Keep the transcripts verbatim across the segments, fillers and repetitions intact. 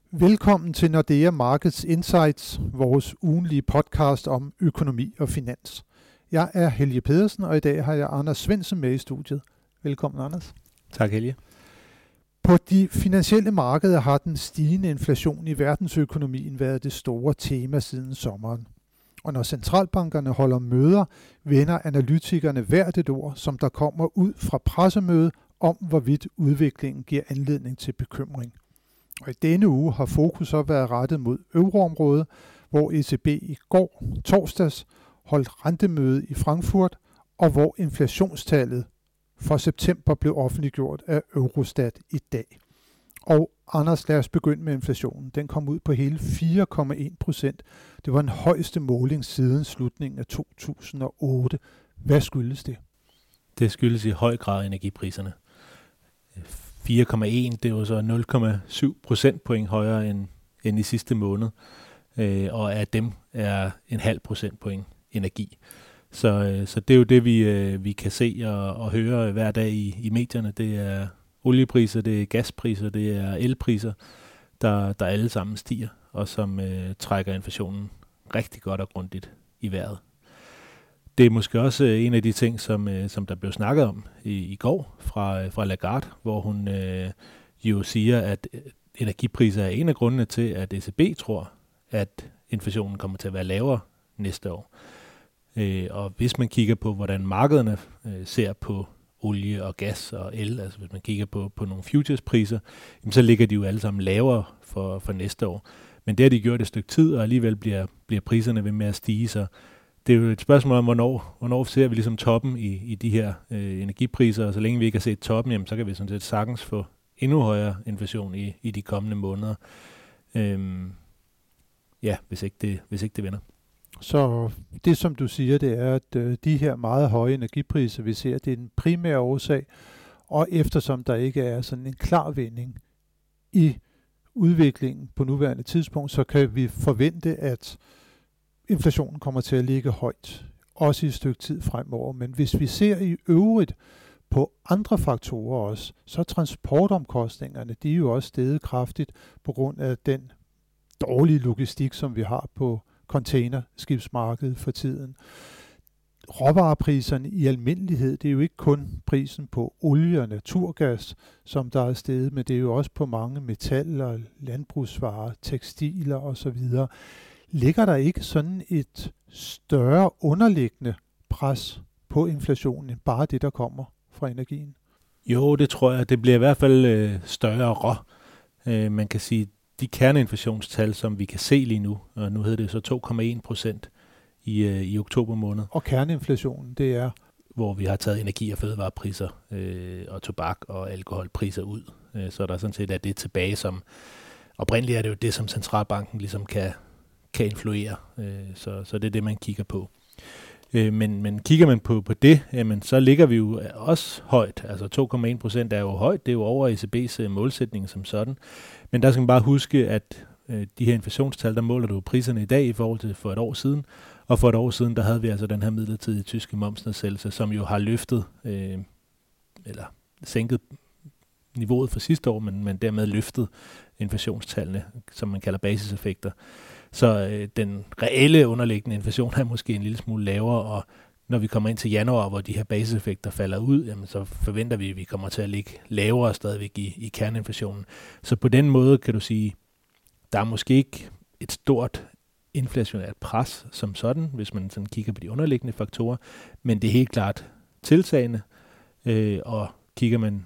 Velkommen til Nordea Markets Insights, vores ugenlige podcast om økonomi og finans. Jeg er Helge Pedersen, og i dag har jeg Anders Svendsen med i studiet. Velkommen, Anders. Tak, Helge. På de finansielle markeder har den stigende inflation i verdensøkonomien været det store tema siden sommeren. Og når centralbankerne holder møder, vender analytikerne hvert et ord, som der kommer ud fra pressemødet om, hvorvidt udviklingen giver anledning til bekymring. Og i denne uge har fokus så været rettet mod euroområdet, hvor E C B i går torsdags holdt rentemøde i Frankfurt, og hvor inflationstallet for september blev offentliggjort af Eurostat i dag. Og Anders, lad os begynde med inflationen. Den kom ud på hele fire komma en procent. Det var den højeste måling siden slutningen af to tusind og otte. Hvad skyldes det? Det skyldes i høj grad energipriserne. fire komma en, det er jo så nul komma syv procentpoint højere end, end i sidste måned. Øh, og af dem er en halv procentpoint energi. Så, øh, så det er jo det, vi, øh, vi kan se og, og høre hver dag i, i medierne. Det er oliepriser, det er gaspriser, det er elpriser, der, der alle sammen stiger, og som øh, trækker inflationen rigtig godt og grundigt i vejret. Det er måske også en af de ting, som, øh, som der blev snakket om i, i går fra, fra Lagarde, hvor hun øh, jo siger, at energipriser er en af grundene til, at E C B tror, at inflationen kommer til at være lavere næste år. Øh, og hvis man kigger på, hvordan markederne øh, ser på olie og gas og el, altså hvis man kigger på, på nogle futures-priser, jamen så ligger de jo alle sammen lavere for, for næste år. Men det har de gjort et stykke tid, og alligevel bliver, bliver priserne ved med at stige, så det er jo et spørgsmål om, hvornår, hvornår ser vi ligesom toppen i, i de her øh, energipriser, og så længe vi ikke har set toppen, jamen, så kan vi sådan set sagtens få endnu højere inflation i, i de kommende måneder. Øhm, ja, hvis ikke, det, hvis ikke det vender. Så det, som du siger, det er, at øh, de her meget høje energipriser, vi ser, det er den primære årsag, og eftersom der ikke er sådan en klar vending i udviklingen på nuværende tidspunkt, så kan vi forvente, at inflationen kommer til at ligge højt, også i et stykke tid fremover. Men hvis vi ser i øvrigt på andre faktorer også, så transportomkostningerne, de er jo også steget kraftigt på grund af den dårlige logistik, som vi har på containerskibsmarkedet for tiden. Råvarepriserne i almindelighed, det er jo ikke kun prisen på olie og naturgas, som der er steget, men det er jo også på mange metaller, landbrugsvarer, tekstiler osv. Ligger der ikke sådan et større underliggende pres på inflationen end bare det, der kommer fra energien? Jo, det tror jeg. Det bliver i hvert fald øh, større. Øh, man kan sige, de kerneinflationstal, som vi kan se lige nu, og nu hedder det så to komma en procent i, øh, i oktober måned. Og kerneinflationen, det er? Hvor vi har taget energi- og fødevarepriser øh, og tobak og alkoholpriser ud. Øh, så der er sådan set er det tilbage, som oprindeligt er det jo det, som centralbanken ligesom kan kan influere, så, så det er det, man kigger på. Men, men kigger man på, på det, jamen, så ligger vi jo også højt. Altså to komma en procent er jo højt, det er jo over E C B's målsætning som sådan. Men der skal man bare huske, at de her inflationstal, der måler du priserne i dag i forhold til for et år siden, og for et år siden, der havde vi altså den her midlertidige tyske momsnedsættelse, som jo har løftet, øh, eller sænket niveauet for sidste år, men, men dermed løftet inflationstallene, som man kalder basiseffekter. Så øh, den reelle underliggende inflation er måske en lille smule lavere, og når vi kommer ind til januar, hvor de her basiseffekter falder ud, jamen, så forventer vi, at vi kommer til at ligge lavere stadigvæk i, i kerneinflationen. Så på den måde kan du sige, der er måske ikke et stort inflationært pres som sådan, hvis man sådan kigger på de underliggende faktorer, men det er helt klart tiltagende, øh, og kigger man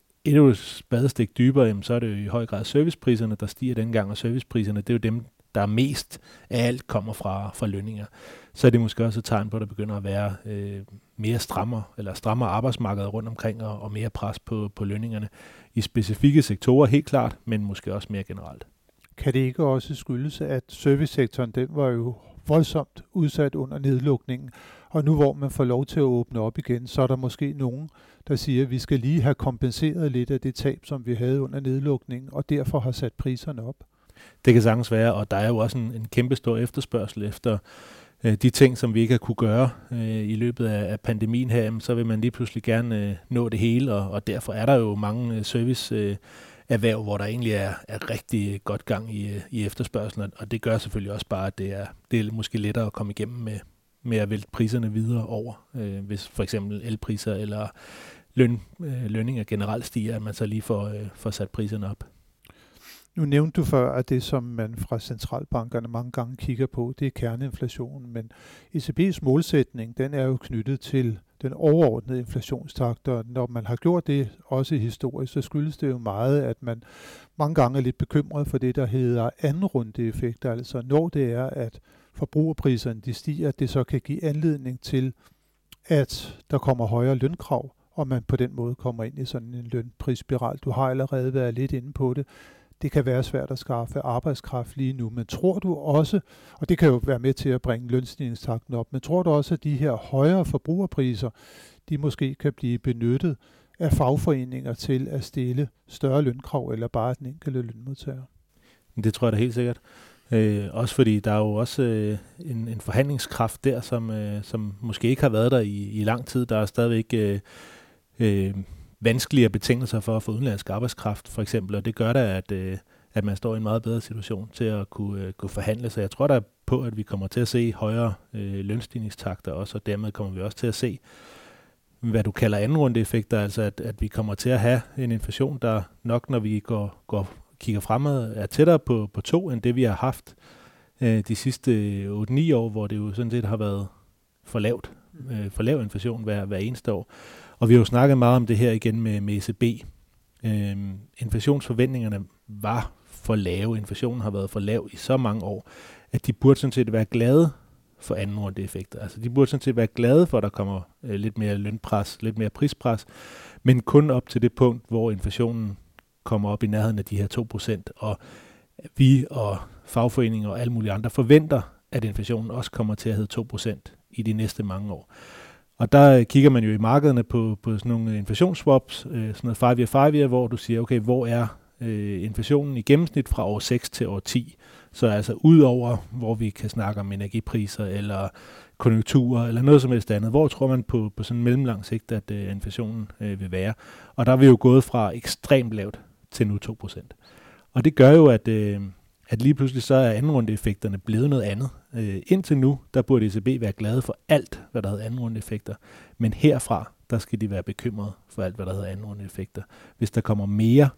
et spadestik dybere, jamen, så er det jo i høj grad servicepriserne, der stiger dengang, og servicepriserne, det er jo dem, der mest af alt kommer fra, fra lønninger. Så er det måske også et tegn på, at der begynder at være øh, mere strammer, eller strammere arbejdsmarkeder rundt omkring, og, og mere pres på, på lønningerne i specifikke sektorer, helt klart, men måske også mere generelt. Kan det ikke også skyldes, at servicesektoren, den var jo voldsomt udsat under nedlukningen, og nu hvor man får lov til at åbne op igen, så er der måske nogen, der siger, at vi skal lige have kompenseret lidt af det tab, som vi havde under nedlukningen, og derfor har sat priserne op? Det kan sagtens være, og der er jo også en, en kæmpe stor efterspørgsel efter øh, de ting, som vi ikke har kunne gøre øh, i løbet af, af pandemien her, så vil man lige pludselig gerne øh, nå det hele, og, og derfor er der jo mange øh, service øh, erhverv, hvor der egentlig er, er rigtig godt gang i, i efterspørgselen, og det gør selvfølgelig også bare, at det er, det er måske lettere at komme igennem med, med at vælte priserne videre over, øh, hvis for eksempel elpriser eller løn, øh, lønninger generelt stiger, at man så lige får, øh, får sat priserne op. Nu nævnte du før, at det, som man fra centralbankerne mange gange kigger på, det er kerneinflationen, men E C B's målsætning, den er jo knyttet til den overordnede inflationstakt, og når man har gjort det også historisk, så skyldes det jo meget, at man mange gange er lidt bekymret for det, der hedder anden runde effekter, altså når det er, at forbrugerpriserne de stiger, at det så kan give anledning til, at der kommer højere lønkrav, og man på den måde kommer ind i sådan en lønprisspiral. Du har allerede været lidt inde på det. Det kan være svært at skaffe arbejdskraft lige nu, men tror du også, og det kan jo være med til at bringe lønstigningstakten op, men tror du også, at de her højere forbrugerpriser, de måske kan blive benyttet af fagforeninger til at stille større lønkrav, eller bare den enkelte lønmodtager? Det tror jeg da helt sikkert. Øh, også fordi der er jo også øh, en, en forhandlingskraft der, som, øh, som måske ikke har været der i, i lang tid. Der er stadigvæk øh, øh, vanskeligere betingelser for at få udenlandsk arbejdskraft, for eksempel, og det gør da, at, øh, at man står i en meget bedre situation til at kunne, øh, kunne forhandle. Så jeg tror da på, at vi kommer til at se højere øh, lønstigningstakter også, og dermed kommer vi også til at se, hvad du kalder anden runde effekter, altså at, at vi kommer til at have en inflation, der nok, når vi går, går kigger fremad, er tættere på, på to, end det vi har haft øh, de sidste otte ni år, hvor det jo sådan set har været for lavt, øh, for lav inflation hver, hver eneste år. Og vi har jo snakket meget om det her igen med, med E C B. Øh, inflationsforventningerne var for lave. Inflationen har været for lav i så mange år, at de burde sådan set være glade for anden runde effekter. Altså de burde sådan set være glade for, at der kommer øh, lidt mere lønpres, lidt mere prispres, men kun op til det punkt, hvor inflationen kommer op i nærheden af de her to procent, og vi og fagforeninger og alle mulige andre forventer, at inflationen også kommer til at hedde to procent i de næste mange år. Og der kigger man jo i markederne på, på sådan nogle inflationsswaps, øh, sådan noget five year five year, hvor du siger, okay, hvor er øh, inflationen i gennemsnit fra år seks til år ti? Så altså ud over, hvor vi kan snakke om energipriser eller konjunkturer eller noget som helst andet. Hvor tror man på, på sådan en mellemlang sigt, at øh, inflationen øh, vil være? Og der er vi jo gået fra ekstremt lavt til nu to procent. Og det gør jo, at, øh, at lige pludselig så er andenrundeeffekterne blevet noget andet. Øh, indtil nu, der burde E C B være glade for alt, hvad der hedder andenrundeeffekter. Men herfra, der skal de være bekymrede for alt, hvad der hedder andenrundeeffekter. Hvis der kommer mere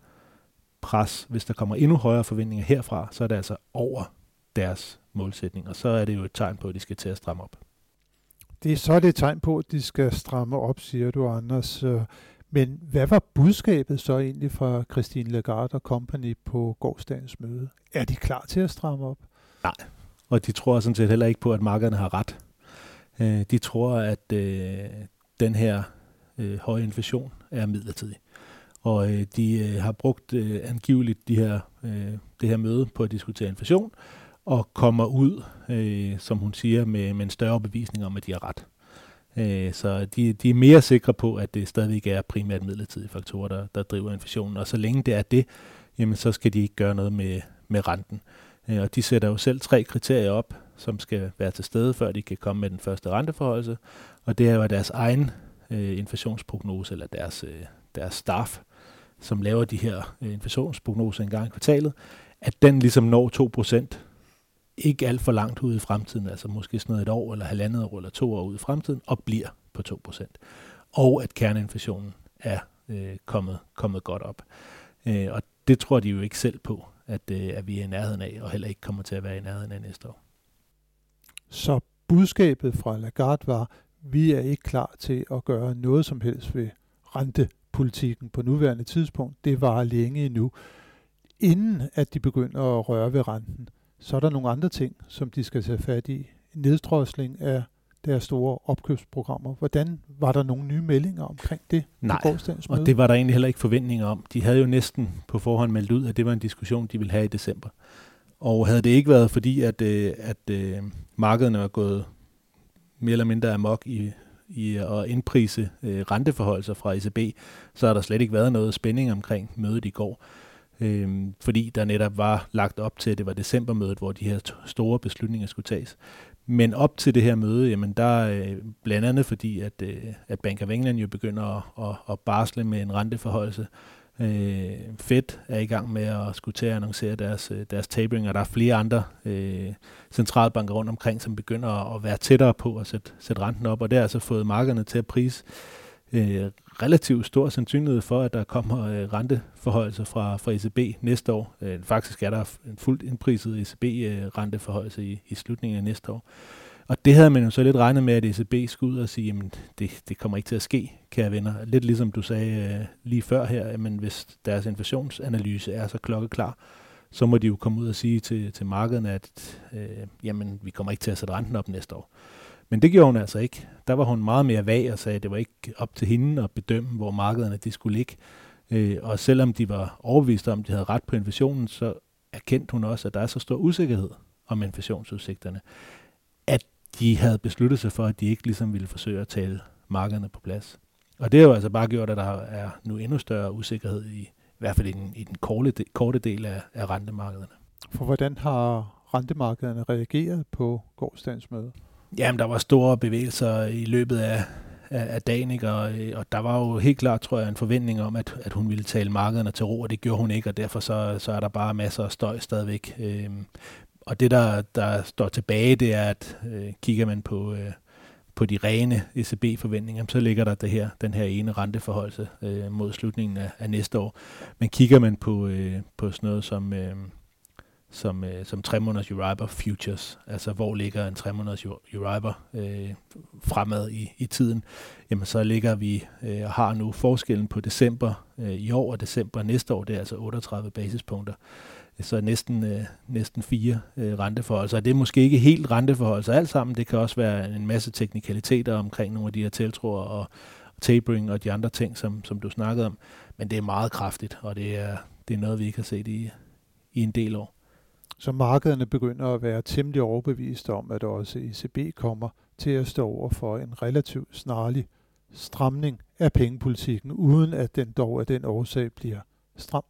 pres, hvis der kommer endnu højere forventninger herfra, så er det altså over deres målsætning. Og så er det jo et tegn på, at de skal til at stramme op. Det er så det tegn på, at de skal stramme op, siger du, Anders. Men hvad var budskabet så egentlig fra Christine Lagarde og company på gårsdagens møde? Er de klar til at stramme op? Nej, og de tror sådan set heller ikke på, at markederne har ret. De tror, at øh, den her øh, høje inflation er midlertidig. Og øh, de øh, har brugt øh, angiveligt de her, øh, det her møde på at diskutere inflation, og kommer ud, øh, som hun siger, med, med en større bevisning om, at de har ret. Øh, så de, de er mere sikre på, at det stadigvæk er primært midlertidige faktorer, der, der driver inflationen. Og så længe det er det, jamen, så skal de ikke gøre noget med, med renten. Øh, og de sætter jo selv tre kriterier op, som skal være til stede, før de kan komme med den første renteforhøjelse. Og det er jo deres egen øh, inflationsprognose, eller deres, øh, deres staff, som laver de her øh, inflationsprognoser en gang i kvartalet, at den ligesom når to procent, ikke alt for langt ude i fremtiden, altså måske sådan noget et år, eller halvandet år, eller to år ude i fremtiden, og bliver på to procent. Og at kerneinflationen er øh, kommet, kommet godt op. Øh, og det tror de jo ikke selv på, at, øh, at vi er i nærheden af, og heller ikke kommer til at være i nærheden af næste år. Så budskabet fra Lagarde var, vi er ikke klar til at gøre noget som helst ved rentepolitikken på nuværende tidspunkt. Det varer længe endnu. Inden at de begynder at røre ved renten, så er der nogle andre ting, som de skal tage fat i. En neddrosling af deres store opkøbsprogrammer. Hvordan var der nogle nye meldinger omkring det? Nej, og det var der egentlig heller ikke forventninger om. De havde jo næsten på forhånd meldt ud, at det var en diskussion, de ville have i december. Og havde det ikke været fordi, at, at, at markederne var gået mere eller mindre amok i, i at indprise renteforholdelser fra E C B, så har der slet ikke været noget spænding omkring mødet i går. Øhm, fordi der netop var lagt op til, at det var decembermødet, hvor de her t- store beslutninger skulle tages. Men op til det her møde, jamen der øh, blandt andet fordi, at, øh, at Bank of England jo begynder at, at, at barsle med en renteforhøjelse, Øh, Fed er i gang med at skulle til at annoncere deres, deres tapering, og der er flere andre øh, centralbanker rundt omkring, som begynder at være tættere på at sætte, sætte renten op, og det har altså fået markederne til at prise øh, relativt stor sandsynlighed for, at der kommer øh, renteforhøjelser fra, fra E C B næste år. Øh, faktisk er der en fuldt indpriset E C B-renteforhøjelse i, i slutningen af næste år. Og det havde man jo så lidt regnet med, at E C B skulle ud og sige, jamen det, det kommer ikke til at ske, kære venner. Lidt ligesom du sagde øh, lige før her, men hvis deres inflationsanalyse er så klokkeklar, så må de jo komme ud og sige til, til markederne, at øh, jamen, vi kommer ikke til at sætte renten op næste år. Men det gjorde hun altså ikke. Der var hun meget mere vag og sagde, at det var ikke op til hende at bedømme, hvor markederne de skulle ligge. Øh, og selvom de var overbeviste om, at de havde ret på inflationen, så erkendte hun også, at der er så stor usikkerhed om inflationsudsigterne, at de havde besluttet sig for, at de ikke ligesom ville forsøge at tale markederne på plads. Og det har jo altså bare gjort, at der er nu endnu større usikkerhed, i, i hvert fald i den, i den korte, del, korte del af, af rentemarkederne. For hvordan har rentemarkederne reageret på gårsdagens møde? Jamen, der var store bevægelser i løbet af, af, af dagen, ikke? Og, og der var jo helt klart, tror jeg, en forventning om, at, at hun ville tale markederne til ro, og det gjorde hun ikke, og derfor så, så er der bare masser af støj stadigvæk. Øhm, Og det, der, der står tilbage, det er, at øh, kigger man på, øh, på de rene E C B-forventninger, så ligger der det her, den her ene renteforholdelse øh, mod slutningen af, af næste år. Men kigger man på, øh, på sådan noget som, øh, som, øh, som tre måneders Euribor futures, altså hvor ligger en tre måneders Euribor øh, fremad i, i tiden, jamen så ligger vi øh, og har nu forskellen på december øh, i år og december næste år, det er altså otteogtredive basispunkter. Så næsten, øh, næsten fire øh, renteforholdelser. Det er måske ikke helt renteforholdelser alt sammen. Det kan også være en masse teknikaliteter omkring nogle af de her tiltroer og, og tapering og de andre ting, som, som du snakkede om. Men det er meget kraftigt, og det er, det er noget, vi ikke har set i, i en del år. Så markederne begynder at være temmelig overbeviste om, at også E C B kommer til at stå over for en relativt snarlig stramning af pengepolitikken, uden at den dog af den årsag bliver stram.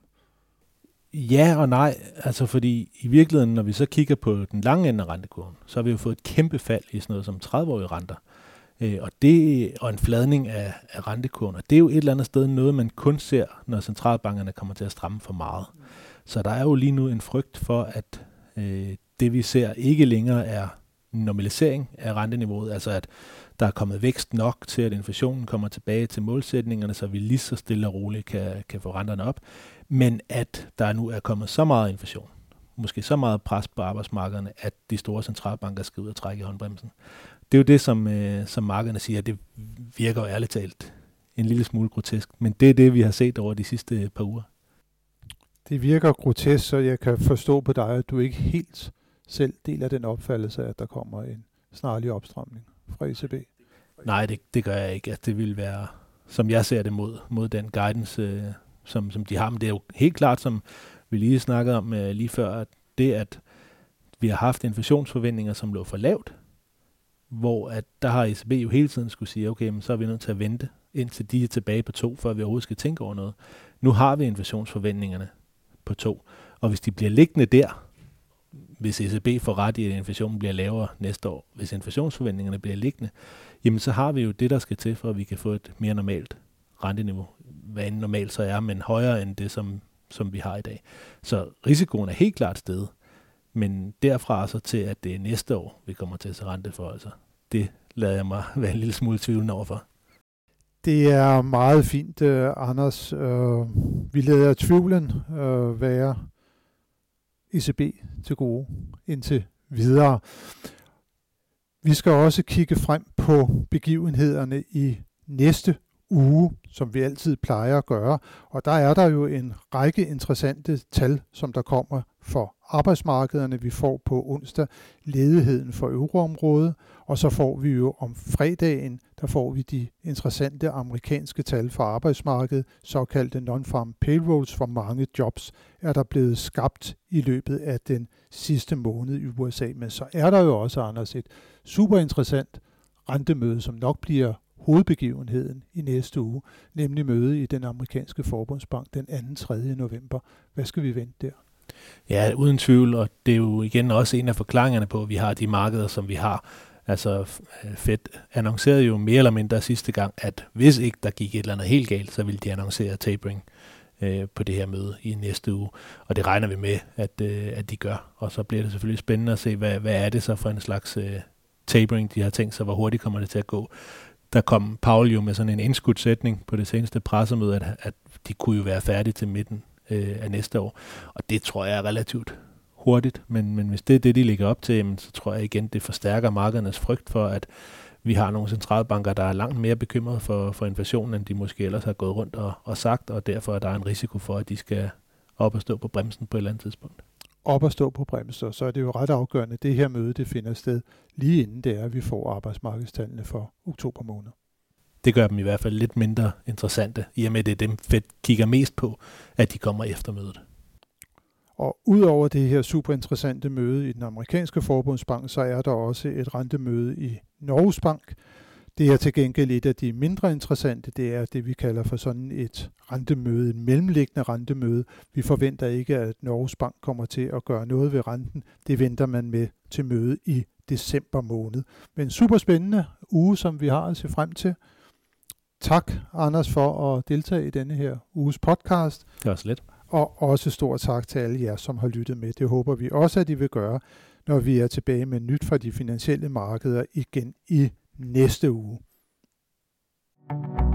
Ja og nej, altså fordi i virkeligheden, når vi så kigger på den lange ende af rentekurven, så har vi jo fået et kæmpe fald i sådan noget som tredive-årige renter. Øh, og, det, og en fladning af, af rentekurven, og det er jo et eller andet sted noget, man kun ser, når centralbankerne kommer til at stramme for meget. Så der er jo lige nu en frygt for, at øh, det vi ser ikke længere er en normalisering af renteniveauet, altså at der er kommet vækst nok til, at inflationen kommer tilbage til målsætningerne, så vi lige så stille og roligt kan, kan få renterne op, men at der nu er kommet så meget inflation, måske så meget pres på arbejdsmarkederne, at de store centralbanker skal ud og trække i håndbremsen. Det er jo det, som, øh, som markederne siger, det virker jo ærligt talt en lille smule grotesk, men det er det, vi har set over de sidste par uger. Det virker grotesk, så jeg kan forstå på dig, at du ikke helt selv deler den opfattelse, at der kommer en snarlig opstramning fra E C B. Nej, det, det gør jeg ikke. Altså, det vil være, som jeg ser det, mod, mod den guidance, øh, som, som de har. Men det er jo helt klart, som vi lige snakkede om øh, lige før, at det, at vi har haft inflationsforventninger, som lå for lavt, hvor at der har E C B jo hele tiden skulle sige, okay, men så er vi nødt til at vente, indtil de er tilbage på to, før vi overhovedet skal tænke over noget. Nu har vi inflationsforventningerne på to, og hvis de bliver liggende der, hvis E C B får ret i, at inflationen bliver lavere næste år, hvis inflationsforventningerne bliver liggende, jamen så har vi jo det, der skal til, for at vi kan få et mere normalt renteniveau. Hvad end normalt så er, men højere end det, som, som vi har i dag. Så risikoen er helt klart steget, men derfra så til, at det er næste år, vi kommer til at se renteforholdelser, det lader jeg mig være en lille smule tvivlende overfor. Det er meget fint, uh, Anders. Uh, vi lader tvivlen uh, være E C B til gode indtil videre. Vi skal også kigge frem på begivenhederne i næste uge, som vi altid plejer at gøre. Og der er der jo en række interessante tal, som der kommer for arbejdsmarkederne. Vi får på onsdag ledigheden for euroområdet, og så får vi jo om fredagen, der får vi de interessante amerikanske tal for arbejdsmarkedet, såkaldte non-farm payrolls, hvor mange jobs er der blevet skabt i løbet af den sidste måned i U S A. Men så er der jo også, Anders, et super interessant rentemøde, som nok bliver hovedbegivenheden i næste uge, nemlig møde i den amerikanske forbundsbank den anden til tredje november. Hvad skal vi vente der? Ja, uden tvivl, og det er jo igen også en af forklaringerne på, at vi har de markeder, som vi har. Altså Fed annoncerede jo mere eller mindre sidste gang, at hvis ikke der gik et eller andet helt galt, så ville de annoncere tapering øh, på det her møde i næste uge. Og det regner vi med, at, øh, at de gør. Og så bliver det selvfølgelig spændende at se, hvad, hvad er det så for en slags øh, tapering, de har tænkt sig, hvor hurtigt kommer det til at gå. Der kom Powell jo med sådan en indskudsætning på det seneste pressemøde, at, at de kunne jo være færdige til midten øh, af næste år. Og det tror jeg er relativt hurtigt, men, men hvis det er det, de ligger op til, jamen, så tror jeg igen, det forstærker markedernes frygt for, at vi har nogle centralbanker, der er langt mere bekymrede for, for inflationen, end de måske ellers har gået rundt og, og sagt, og derfor er der en risiko for, at de skal op og stå på bremsen på et eller andet tidspunkt. Op og stå på bremsen, så er det jo ret afgørende. Det her møde, det finder sted lige inden det er, at vi får arbejdsmarkedstallene for oktober måned. Det gør dem i hvert fald lidt mindre interessante, i og med det er dem, Fed kigger mest på, at de kommer efter mødet. Og udover det her super interessante møde i den amerikanske forbundsbank, så er der også et rentemøde i Norges Bank. Det er til gengæld et af de mindre interessante. Det er det, vi kalder for sådan et rentemøde, et mellemliggende rentemøde. Vi forventer ikke, at Norges Bank kommer til at gøre noget ved renten. Det venter man med til møde i december måned. Men en super spændende uge, som vi har at se frem til. Tak, Anders, for at deltage i denne her uges podcast. Det var så lidt. Og også stor tak til alle jer, som har lyttet med. Det håber vi også, at I vil gøre, når vi er tilbage med nyt fra de finansielle markeder igen i næste uge.